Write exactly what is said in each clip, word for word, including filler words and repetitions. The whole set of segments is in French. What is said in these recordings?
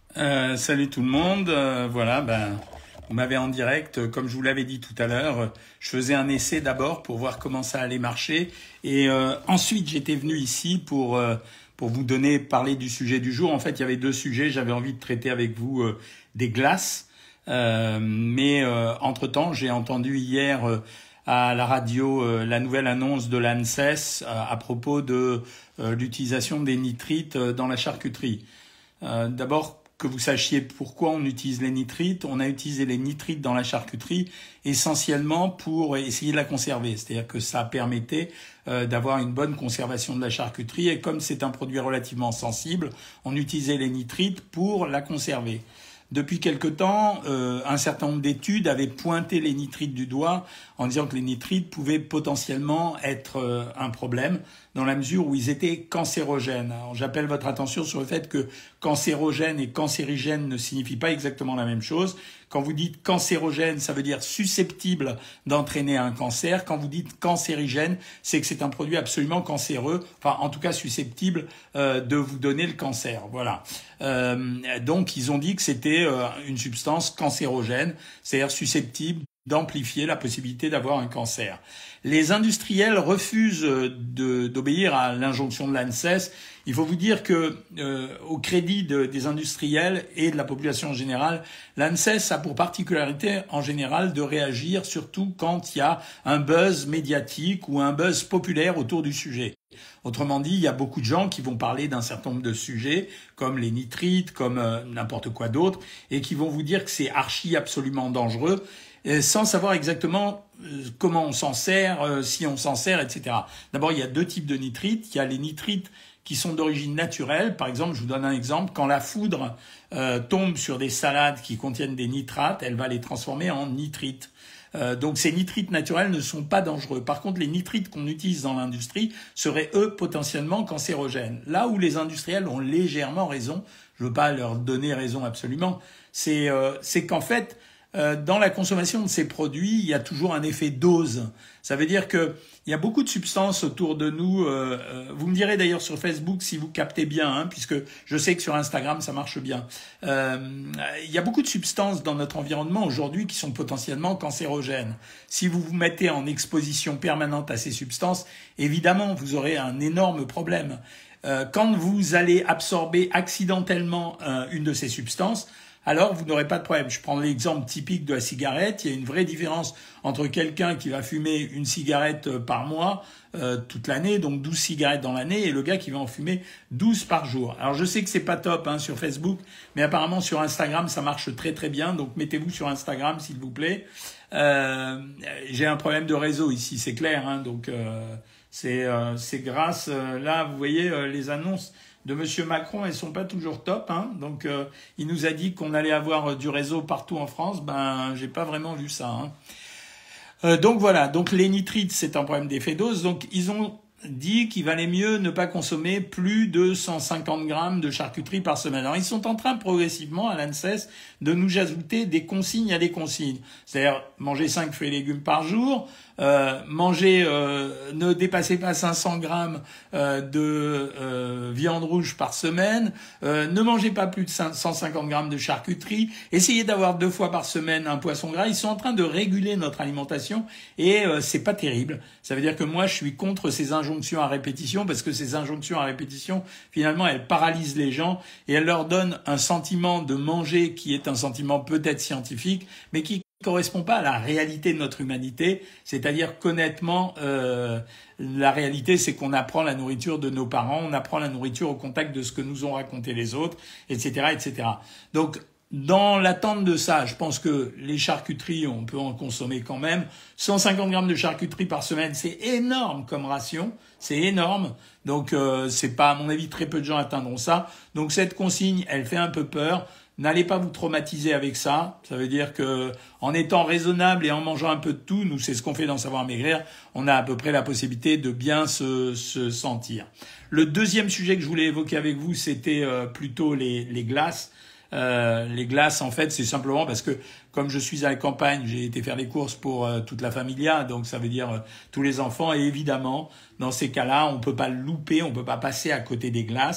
Euh, salut tout le monde. Euh, voilà, ben, vous m'avez en direct. Euh, Comme je vous l'avais dit tout à l'heure, euh, je faisais un essai d'abord pour voir comment ça allait marcher. Et euh, ensuite, j'étais venu ici pour, euh, pour vous donner, parler du sujet du jour. En fait, il y avait deux sujets. J'avais envie de traiter avec vous euh, des glaces. Euh, mais euh, entre-temps, j'ai entendu hier euh, à la radio euh, la nouvelle annonce de l'ANSES euh, à propos de euh, l'utilisation des nitrites euh, dans la charcuterie. Euh, D'abord, que vous sachiez pourquoi on utilise les nitrites. On a utilisé les nitrites dans la charcuterie essentiellement pour essayer de la conserver. C'est-à-dire que ça permettait euh, d'avoir une bonne conservation de la charcuterie. Et comme c'est un produit relativement sensible, on utilisait les nitrites pour la conserver. Depuis quelque temps, euh, un certain nombre d'études avaient pointé les nitrites du doigt en disant que les nitrites pouvaient potentiellement être euh, un problème dans la mesure où ils étaient cancérogènes. Alors, j'appelle votre attention sur le fait que cancérogène et cancérigène ne signifient pas exactement la même chose. Quand vous dites cancérogène, ça veut dire susceptible d'entraîner un cancer. Quand vous dites cancérigène, c'est que c'est un produit absolument cancéreux, enfin en tout cas susceptible euh, de vous donner le cancer. Voilà. Euh, donc ils ont dit que c'était euh, une substance cancérogène, c'est-à-dire susceptible d'amplifier la possibilité d'avoir un cancer. Les industriels refusent de, d'obéir à l'injonction de l'ANSES. Il faut vous dire que, euh, au crédit de, des industriels et de la population en général, l'ANSES a pour particularité en général de réagir surtout quand il y a un buzz médiatique ou un buzz populaire autour du sujet. Autrement dit, il y a beaucoup de gens qui vont parler d'un certain nombre de sujets, comme les nitrites, comme euh, n'importe quoi d'autre, et qui vont vous dire que c'est archi absolument dangereux, sans savoir exactement comment on s'en sert, euh, si on s'en sert, et cetera. D'abord, il y a deux types de nitrites. Il y a les nitrites qui sont d'origine naturelle. Par exemple, je vous donne un exemple. Quand la foudre euh, tombe sur des salades qui contiennent des nitrates, elle va les transformer en nitrites. Euh, donc ces nitrites naturels ne sont pas dangereux. Par contre, les nitrites qu'on utilise dans l'industrie seraient, eux, potentiellement cancérogènes. Là où les industriels ont légèrement raison, je ne veux pas leur donner raison absolument, c'est, euh, c'est qu'en fait, dans la consommation de ces produits, il y a toujours un effet dose. Ça veut dire que il y a beaucoup de substances autour de nous. Euh, vous me direz d'ailleurs sur Facebook si vous captez bien, hein, puisque je sais que sur Instagram ça marche bien. Euh, il y a beaucoup de substances dans notre environnement aujourd'hui qui sont potentiellement cancérogènes. Si vous vous mettez en exposition permanente à ces substances, évidemment vous aurez un énorme problème. Euh, quand vous allez absorber accidentellement euh, une de ces substances, alors vous n'aurez pas de problème. Je prends l'exemple typique de la cigarette. Il y a une vraie différence entre quelqu'un qui va fumer une cigarette par mois euh, toute l'année, donc douze cigarettes dans l'année, et le gars qui va en fumer douze par jour. Alors je sais que c'est pas top hein, sur Facebook, mais apparemment sur Instagram ça marche très très bien. Donc mettez-vous sur Instagram s'il vous plaît. Euh, j'ai un problème de réseau ici, c'est clair. Hein, donc euh, c'est euh, c'est grâce euh, là, vous voyez euh, les annonces de Monsieur Macron, elles sont pas toujours top, hein. Donc euh, il nous a dit qu'on allait avoir du réseau partout en France. Ben j'ai pas vraiment vu ça. Hein. Euh, donc voilà. Donc les nitrites, c'est un problème d'effet dose. Donc ils ont dit qu'il valait mieux ne pas consommer plus de cent cinquante grammes de charcuterie par semaine. Alors ils sont en train progressivement à l'ANSES de nous ajouter des consignes à des consignes. C'est-à-dire manger cinq fruits et légumes par jour, euh, manger, euh, ne dépassez pas cinq cents grammes euh, de euh, viande rouge par semaine, euh, ne mangez pas plus de cent cinquante grammes de charcuterie, essayez d'avoir deux fois par semaine un poisson gras. Ils sont en train de réguler notre alimentation et euh, c'est pas terrible. Ça veut dire que moi je suis contre ces injonctions à répétition parce que ces injonctions à répétition, finalement, elles paralysent les gens et elles leur donnent un sentiment de manger qui est un sentiment peut-être scientifique, mais qui ne correspond pas à la réalité de notre humanité, c'est-à-dire qu'honnêtement, euh, la réalité, c'est qu'on apprend la nourriture de nos parents, on apprend la nourriture au contact de ce que nous ont raconté les autres, et cetera, et cetera. Donc, dans l'attente de ça, je pense que les charcuteries, on peut en consommer quand même. cent cinquante grammes de charcuterie par semaine, c'est énorme comme ration, c'est énorme. Donc, euh, c'est pas, à mon avis, très peu de gens atteindront ça. Donc, cette consigne, elle fait un peu peur. N'allez pas vous traumatiser avec ça. Ça veut dire que, en étant raisonnable et en mangeant un peu de tout, nous, c'est ce qu'on fait dans Savoir Maigrir, on a à peu près la possibilité de bien se, se sentir. Le deuxième sujet que je voulais évoquer avec vous, c'était euh, plutôt les, les glaces. Euh, les glaces, en fait, c'est simplement parce que, comme je suis à la campagne, j'ai été faire les courses pour euh, toute la familia, donc ça veut dire euh, tous les enfants. Et évidemment, dans ces cas-là, on peut pas louper, on peut pas passer à côté des glaces.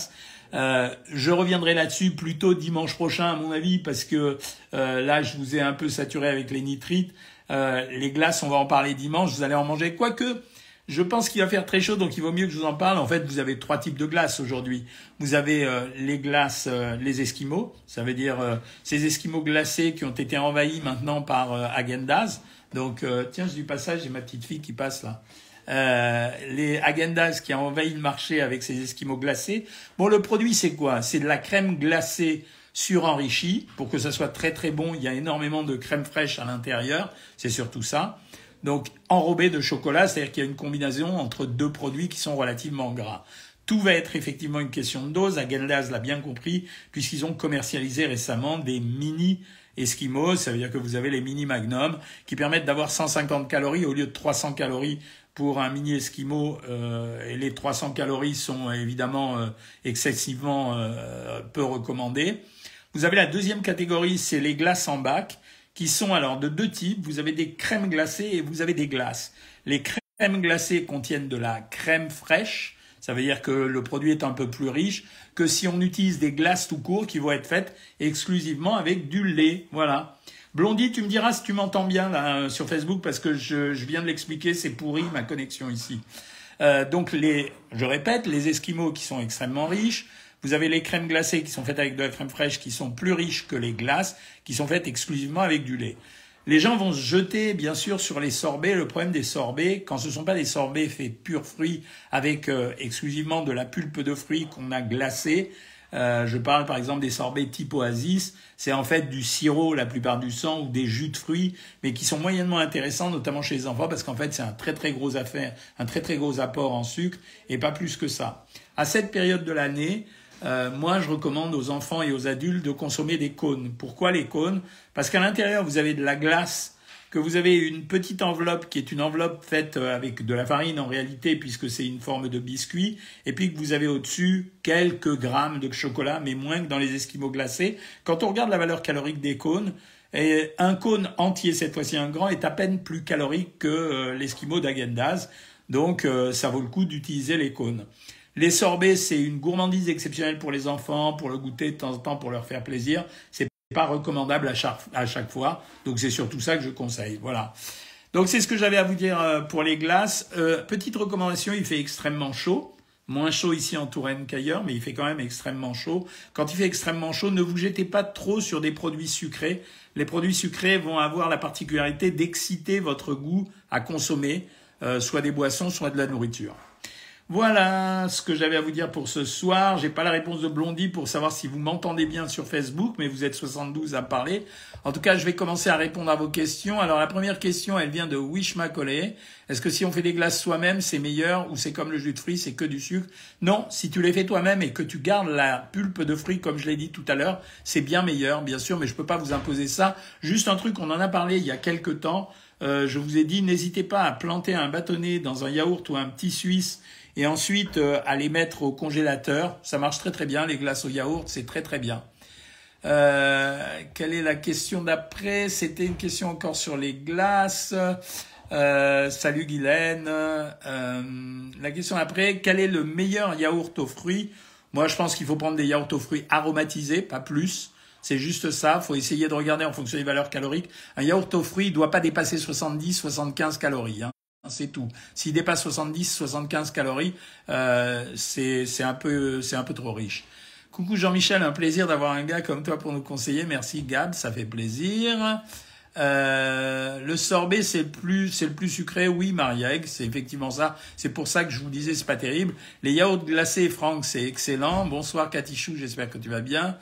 Euh, je reviendrai là-dessus plutôt dimanche prochain, à mon avis, parce que euh, là, je vous ai un peu saturé avec les nitrites. Euh, les glaces, on va en parler dimanche. Vous allez en manger. Quoique, je pense qu'il va faire très chaud, donc il vaut mieux que je vous en parle. En fait, vous avez trois types de glaces aujourd'hui. Vous avez euh, les glaces, euh, les Esquimaux. Ça veut dire euh, ces Esquimaux glacés qui ont été envahis maintenant par euh, Häagen-Dazs. Donc, euh, tiens, j'ai du passage, j'ai ma petite fille qui passe là. Euh, les Häagen-Dazs qui a envahi le marché avec ces Esquimaux glacés. Bon, le produit, c'est quoi? C'est de la crème glacée surenrichie. Pour que ça soit très très bon, il y a énormément de crème fraîche à l'intérieur. C'est surtout ça. Donc, enrobé de chocolat, c'est-à-dire qu'il y a une combinaison entre deux produits qui sont relativement gras. Tout va être effectivement une question de dose. Häagen-Dazs l'a bien compris, puisqu'ils ont commercialisé récemment des mini Esquimaux. Ça veut dire que vous avez les mini Magnum qui permettent d'avoir cent cinquante calories au lieu de trois cents calories pour un mini Esquimau, euh, et les trois cents calories sont évidemment euh, excessivement euh, peu recommandées. Vous avez la deuxième catégorie, c'est les glaces en bac, qui sont alors de deux types. Vous avez des crèmes glacées et vous avez des glaces. Les crèmes glacées contiennent de la crème fraîche, ça veut dire que le produit est un peu plus riche que si on utilise des glaces tout court qui vont être faites exclusivement avec du lait. Voilà. Blondie, tu me diras si tu m'entends bien là sur Facebook parce que je, je viens de l'expliquer, c'est pourri ma connexion ici. Euh, donc les, je répète, les Esquimaux qui sont extrêmement riches. Vous avez les crèmes glacées qui sont faites avec de la crème fraîche qui sont plus riches que les glaces qui sont faites exclusivement avec du lait. Les gens vont se jeter bien sûr sur les sorbets. Le problème des sorbets, quand ce ne sont pas des sorbets faits purs fruits avec euh, exclusivement de la pulpe de fruits qu'on a glacée, Euh, je parle par exemple des sorbets type Oasis, c'est en fait du sirop la plupart du temps ou des jus de fruits, mais qui sont moyennement intéressants, notamment chez les enfants, parce qu'en fait c'est un très très gros affaire, un très très gros apport en sucre et pas plus que ça. À cette période de l'année, euh, moi je recommande aux enfants et aux adultes de consommer des cônes. Pourquoi les cônes? Parce qu'à l'intérieur vous avez de la glace, que vous avez une petite enveloppe qui est une enveloppe faite avec de la farine en réalité puisque c'est une forme de biscuit, et puis que vous avez au-dessus quelques grammes de chocolat, mais moins que dans les Esquimaux glacés. Quand on regarde la valeur calorique des cônes, et un cône entier, cette fois-ci un grand, est à peine plus calorique que euh, l'Esquimau d'Häagen-Dazs, donc euh, ça vaut le coup d'utiliser les cônes. Les sorbets, c'est une gourmandise exceptionnelle pour les enfants, pour le goûter de temps en temps, pour leur faire plaisir. C'est pas recommandable à chaque, à chaque fois. Donc, c'est surtout ça que je conseille. Voilà. Donc, c'est ce que j'avais à vous dire pour les glaces. Euh, petite recommandation, il fait extrêmement chaud. Moins chaud ici en Touraine qu'ailleurs, mais il fait quand même extrêmement chaud. Quand il fait extrêmement chaud, ne vous jetez pas trop sur des produits sucrés. Les produits sucrés vont avoir la particularité d'exciter votre goût à consommer, euh, soit des boissons, soit de la nourriture. Voilà ce que j'avais à vous dire pour ce soir. J'ai pas la réponse de Blondie pour savoir si vous m'entendez bien sur Facebook, mais vous êtes soixante-douze à parler. En tout cas, je vais commencer à répondre à vos questions. Alors, la première question, elle vient de Wish Macaulay. Est-ce que si on fait des glaces soi-même, c'est meilleur ou c'est comme le jus de fruits, c'est que du sucre? Non, si tu les fais toi-même et que tu gardes la pulpe de fruits, comme je l'ai dit tout à l'heure, c'est bien meilleur, bien sûr, mais je peux pas vous imposer ça. Juste un truc, on en a parlé il y a quelque temps. Euh, je vous ai dit, n'hésitez pas à planter un bâtonnet dans un yaourt ou un petit suisse et ensuite euh, à les mettre au congélateur. Ça marche très très bien, les glaces au yaourt, c'est très très bien. Euh, quelle est la question d'après? C'était une question encore sur les glaces. Euh, salut Guylaine. Euh, la question d'après, quel est le meilleur yaourt aux fruits? Moi, je pense qu'il faut prendre des yaourts aux fruits aromatisés, pas plus. C'est juste ça. Il faut essayer de regarder en fonction des valeurs caloriques. Un yaourt aux fruits ne doit pas dépasser soixante-dix à soixante-quinze calories. Hein. C'est tout. S'il dépasse soixante-dix à soixante-quinze calories, euh, c'est, c'est un peu, c'est un peu trop riche. Coucou Jean-Michel, un plaisir d'avoir un gars comme toi pour nous conseiller. Merci Gab, ça fait plaisir. Euh, le sorbet, c'est le plus, c'est le plus sucré. Oui, Marie-Egg, c'est effectivement ça. C'est pour ça que je vous disais, c'est pas terrible. Les yaourts glacés, Franck, c'est excellent. Bonsoir Katichou, j'espère que tu vas bien.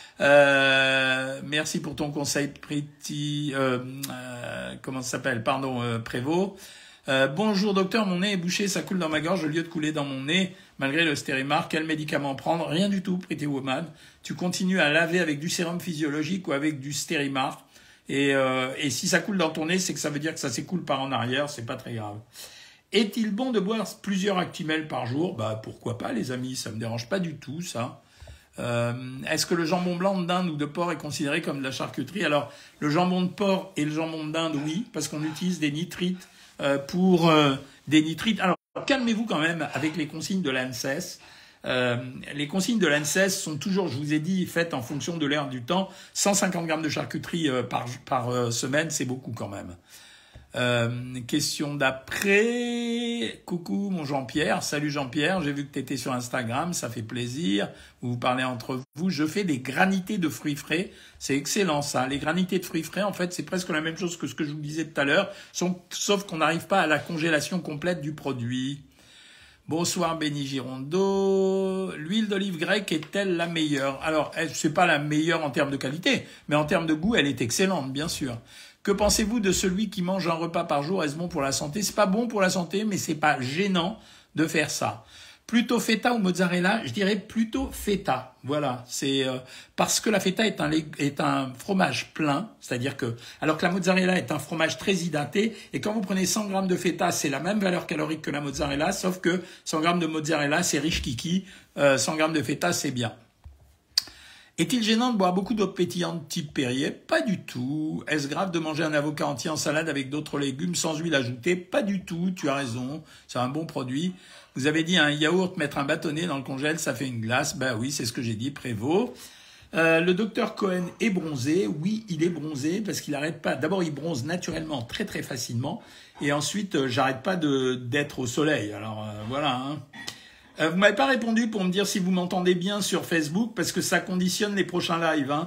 Euh, merci pour ton conseil, Pretty, euh, euh, comment ça s'appelle? Pardon, euh, Prévost. Euh, bonjour docteur, mon nez est bouché, ça coule dans ma gorge au lieu de couler dans mon nez, malgré le Stérimar. Quel médicament prendre? Rien du tout, Pretty Woman. Tu continues à laver avec du sérum physiologique ou avec du Stérimar. Et, euh, et si ça coule dans ton nez, c'est que ça veut dire que ça s'écoule par en arrière, c'est pas très grave. Est-il bon de boire plusieurs Actimel par jour? Bah pourquoi pas les amis, ça me dérange pas du tout ça. Euh, est-ce que le jambon blanc d'Inde ou de porc est considéré comme de la charcuterie? Alors le jambon de porc et le jambon d'Inde, oui, parce qu'on utilise des nitrites euh, pour euh, des nitrites. Alors calmez-vous quand même avec les consignes de l'ANSES. Euh, les consignes de l'A N S E S sont toujours, je vous ai dit, faites en fonction de l'air du temps. cent cinquante grammes de charcuterie euh, par, par euh, semaine, c'est beaucoup quand même. Euh, question d'après. Coucou mon Jean-Pierre. Salut Jean-Pierre, j'ai vu que tu étais sur Instagram, ça fait plaisir. Vous vous parlez entre vous. Je fais des granités de fruits frais. C'est excellent ça. Les granités de fruits frais, en fait, c'est presque la même chose que ce que je vous disais tout à l'heure, sauf qu'on n'arrive pas à la congélation complète du produit. Bonsoir Béni Girondeau. L'huile d'olive grecque est-elle la meilleure? Alors, c'est pas la meilleure en termes de qualité, mais en termes de goût, elle est excellente, bien sûr. Que pensez-vous de celui qui mange un repas par jour? Est-ce bon pour la santé? C'est pas bon pour la santé, mais c'est pas gênant de faire ça. Plutôt feta ou mozzarella? Je dirais plutôt feta. Voilà, c'est euh, parce que la feta est un est un fromage plein, c'est-à-dire que alors que la mozzarella est un fromage très hydraté, et quand vous prenez cent grammes de feta, c'est la même valeur calorique que la mozzarella, sauf que cent grammes de mozzarella c'est riche kiki, euh, cent grammes de feta c'est bien. Est-il gênant de boire beaucoup d'eau pétillante type Perrier? Pas du tout. Est-ce grave de manger un avocat entier en salade avec d'autres légumes sans huile ajoutée? Pas du tout, tu as raison, c'est un bon produit. Vous avez dit un yaourt, mettre un bâtonnet dans le congèle, ça fait une glace. Ben oui, c'est ce que j'ai dit, Prévost. Euh, le docteur Cohen est bronzé. Oui, il est bronzé parce qu'il n'arrête pas. D'abord, il bronze naturellement très très facilement. Et ensuite, euh, j'arrête pas de d'être au soleil. Alors euh, voilà, hein. Euh, vous m'avez pas répondu pour me dire si vous m'entendez bien sur Facebook, parce que ça conditionne les prochains lives. Hein.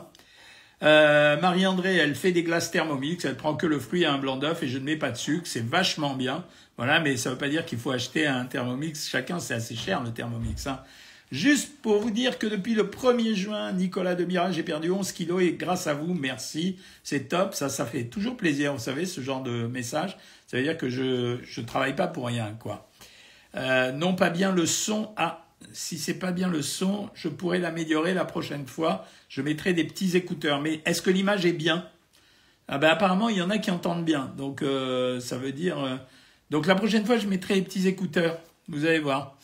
Euh, Marie-André, elle fait des glaces Thermomix, elle prend que le fruit et un blanc d'œuf et je ne mets pas de sucre, c'est vachement bien. Voilà, mais ça veut pas dire qu'il faut acheter un Thermomix chacun, c'est assez cher le Thermomix. Hein. Juste pour vous dire que depuis le premier juin, Nicolas Demira, j'ai perdu onze kilos et grâce à vous, merci, c'est top, ça, ça fait toujours plaisir, vous savez, ce genre de message. Ça veut dire que je je travaille pas pour rien, quoi. Euh, non, pas bien le son. Ah, si c'est pas bien le son, je pourrais l'améliorer la prochaine fois. Je mettrai des petits écouteurs. Mais est-ce que l'image est bien? Ah ben apparemment, il y en a qui entendent bien. Donc euh, ça veut dire. Euh... Donc la prochaine fois, je mettrai les petits écouteurs. Vous allez voir.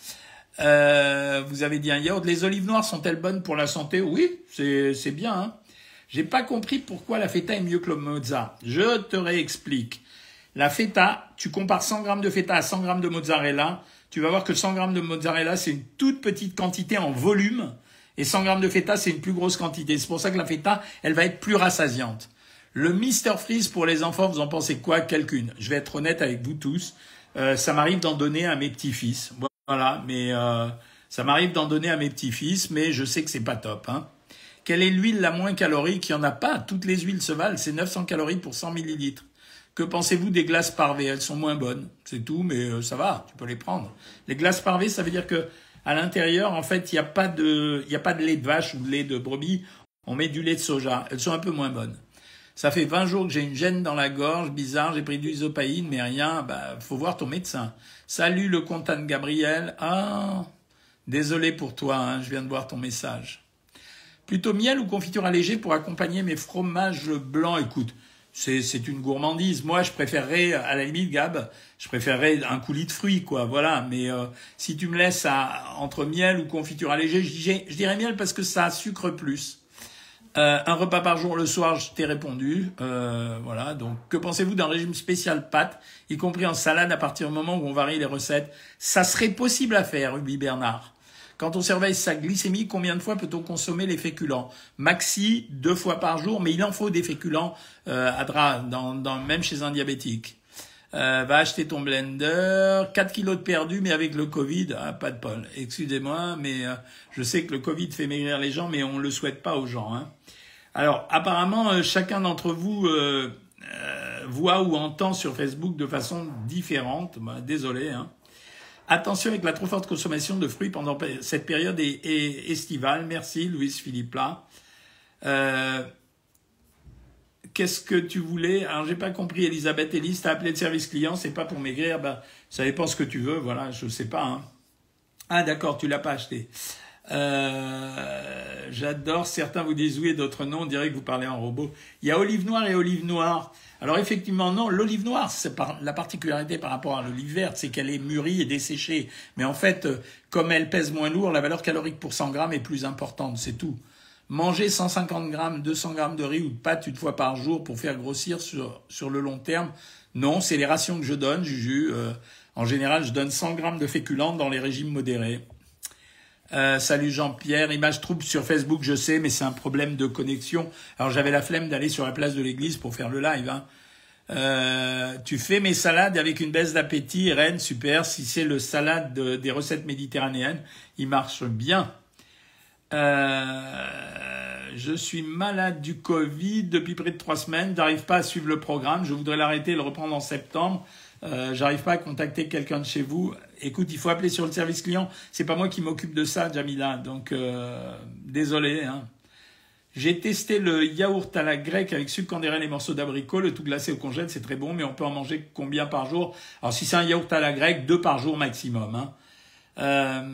Euh, vous avez dit un yaourt. Les olives noires sont-elles bonnes pour la santé? Oui, c'est c'est bien. Hein. J'ai pas compris pourquoi la feta est mieux que le mozza. Je te réexplique. La feta, tu compares cent grammes de feta à cent grammes de mozzarella. Tu vas voir que cent grammes de mozzarella, c'est une toute petite quantité en volume. Et cent grammes de feta, c'est une plus grosse quantité. C'est pour ça que la feta, elle va être plus rassasiante. Le Mister Freeze pour les enfants, vous en pensez quoi? Quelqu'une. Je vais être honnête avec vous tous. Euh, ça m'arrive d'en donner à mes petits-fils. Voilà, mais euh, ça m'arrive d'en donner à mes petits-fils, mais je sais que c'est pas top. Hein. Quelle est l'huile la moins calorique? Il n'y en a pas. Toutes les huiles se valent. C'est neuf cents calories pour cent millilitres. Que pensez-vous des glaces parvées? Elles sont moins bonnes, c'est tout, mais euh, ça va, tu peux les prendre. Les glaces parvées, ça veut dire que à l'intérieur, en fait, il n'y a pas de, il y a pas de lait de vache ou de lait de brebis. On met du lait de soja. Elles sont un peu moins bonnes. Ça fait vingt jours que j'ai une gêne dans la gorge, bizarre. J'ai pris du isopaïne, mais rien. Bah, faut voir ton médecin. Salut le comptable Gabriel. Ah, désolé pour toi. Hein, je viens de voir ton message. Plutôt miel ou confiture allégée pour accompagner mes fromages blancs? Écoute. C'est, c'est une gourmandise. Moi, je préférerais, à la limite, Gab, je préférerais un coulis de fruits, quoi. Voilà. Mais euh, si tu me laisses à, entre miel ou confiture allégée, je, je dirais miel parce que ça sucre plus. Euh, un repas par jour le soir, je t'ai répondu. Euh, voilà. Donc, que pensez-vous d'un régime spécial pâtes, y compris en salade, à partir du moment où on varie les recettes? Ça serait possible à faire, Ruby Bernard. Quand on surveille sa glycémie, combien de fois peut-on consommer les féculents? Maxi, deux fois par jour, mais il en faut des féculents, euh, à dans, dans, même chez un diabétique. Euh, va acheter ton blender, quatre kilos de perdu, mais avec le Covid, ah, pas de bol. Excusez-moi, mais euh, je sais que le Covid fait maigrir les gens, mais on ne le souhaite pas aux gens. Hein. Alors, apparemment, euh, chacun d'entre vous euh, euh, voit ou entend sur Facebook de façon différente. Bah, désolé, hein. Attention avec la trop forte consommation de fruits pendant cette période est, est estivale. Merci, Louise Philippe là. Euh, qu'est-ce que tu voulais? Alors, j'ai pas compris, Elisabeth Elise, t'as appelé le service client, c'est pas pour maigrir. Ben, ça dépend ce que tu veux, voilà, je sais pas. Hein. Ah, d'accord, tu l'as pas acheté. Euh, j'adore, certains vous disent oui et d'autres non, on dirait que vous parlez en robot. Il y a olive noire et olive noire. Alors effectivement, non, l'olive noire, c'est par, la particularité par rapport à l'olive verte, c'est qu'elle est mûrie et desséchée. Mais en fait, comme elle pèse moins lourd, la valeur calorique pour cent grammes est plus importante, c'est tout. Manger cent cinquante grammes, deux cents grammes de riz ou de pâtes une fois par jour pour faire grossir sur, sur le long terme, non, c'est les rations que je donne, Juju. Euh, en général, je donne cent grammes de féculents dans les régimes modérés. Euh, salut Jean-Pierre, image trouble sur Facebook, je sais, mais c'est un problème de connexion. Alors j'avais la flemme d'aller sur la place de l'église pour faire le live. Hein. Euh, tu fais mes salades avec une baisse d'appétit, Rennes, super. Si c'est le salade de, des recettes méditerranéennes, il marche bien. Euh, je suis malade du Covid depuis près de trois semaines. J'arrive pas à suivre le programme. Je voudrais l'arrêter et le reprendre en septembre. Euh, j'arrive pas à contacter quelqu'un de chez vous. Écoute, il faut appeler sur le service client. C'est pas moi qui m'occupe de ça, Jamila. Donc, euh, désolé. Hein. J'ai testé le yaourt à la grecque avec sucre candérel et morceaux d'abricot. Le tout glacé au congèle, c'est très bon, mais on peut en manger combien par jour? Alors, si c'est un yaourt à la grecque, deux par jour maximum. Hein. Euh,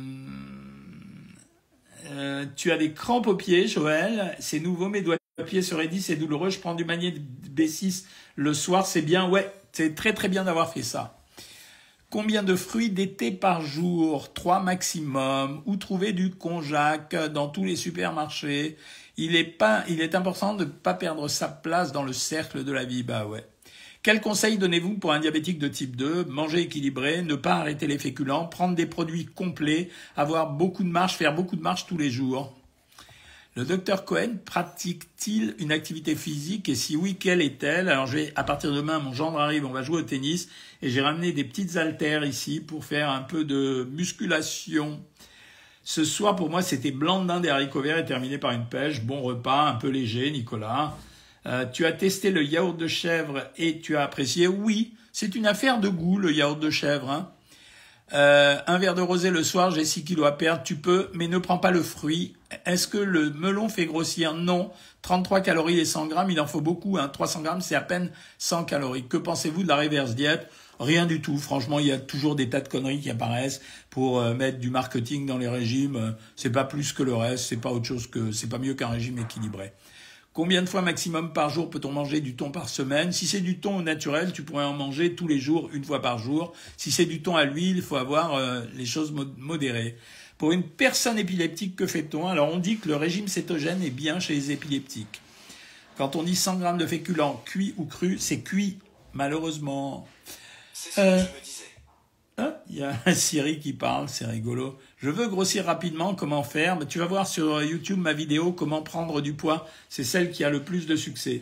euh, tu as des crampes aux pieds, Joël. C'est nouveau, mes doigts de pied seraient dit, c'est douloureux. Je prends du magnésium B six le soir, c'est bien. Ouais, c'est très très bien d'avoir fait ça. Combien de fruits d'été par jour? Trois maximum. Où trouver du konjac dans tous les supermarchés? Il est, pas, il est important de ne pas perdre sa place dans le cercle de la vie. Bah ouais. Quel conseil donnez-vous pour un diabétique de type deux? Manger équilibré, ne pas arrêter les féculents, prendre des produits complets, avoir beaucoup de marche, faire beaucoup de marche tous les jours. Le docteur Cohen pratique-t-il une activité physique et si oui, quelle est-elle? Alors, je vais, à partir de demain, mon gendre arrive, on va jouer au tennis et j'ai ramené des petites haltères ici pour faire un peu de musculation. Ce soir, pour moi, c'était blanc de dinde et haricots verts et terminé par une pêche. Bon repas, un peu léger, Nicolas. Euh, tu as testé le yaourt de chèvre et tu as apprécié? Oui, c'est une affaire de goût, le yaourt de chèvre, hein. Euh, un verre de rosé le soir, j'ai six kilos à perdre, tu peux, mais ne prends pas le fruit. Est-ce que le melon fait grossir? Non. trente-trois calories les cent grammes, il en faut beaucoup, hein. trois cents grammes, c'est à peine cent calories. Que pensez-vous de la reverse diète? Rien du tout. Franchement, il y a toujours des tas de conneries qui apparaissent pour euh, mettre du marketing dans les régimes. C'est pas plus que le reste, c'est pas autre chose que, c'est pas mieux qu'un régime équilibré. Combien de fois maximum par jour peut-on manger du thon par semaine? Si c'est du thon au naturel, tu pourrais en manger tous les jours, une fois par jour. Si c'est du thon à l'huile, il faut avoir euh, les choses modérées. Pour une personne épileptique, que fait-on? Alors on dit que le régime cétogène est bien chez les épileptiques. Quand on dit cent grammes de féculents cuits ou crus, c'est cuit, malheureusement. C'est ce euh... que je me disais. Ah, il y a un Siri qui parle, c'est rigolo. Je veux grossir rapidement, comment faire? Tu vas voir sur YouTube ma vidéo comment prendre du poids. C'est celle qui a le plus de succès.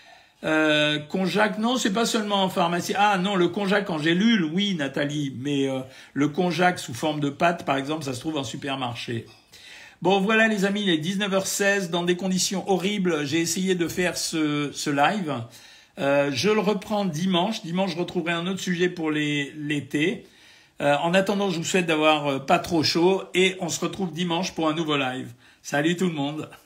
Euh, konjac, non, c'est pas seulement en pharmacie. Ah non, le konjac en gélule, oui, Nathalie. Mais euh, le konjac sous forme de pâte, par exemple, ça se trouve en supermarché. Bon, voilà les amis, il est dix-neuf heures seize. Dans des conditions horribles, j'ai essayé de faire ce, ce live. Euh, je le reprends dimanche. Dimanche, je retrouverai un autre sujet pour les, l'été. Euh, en attendant, je vous souhaite d'avoir euh, pas trop chaud et on se retrouve dimanche pour un nouveau live. Salut tout le monde!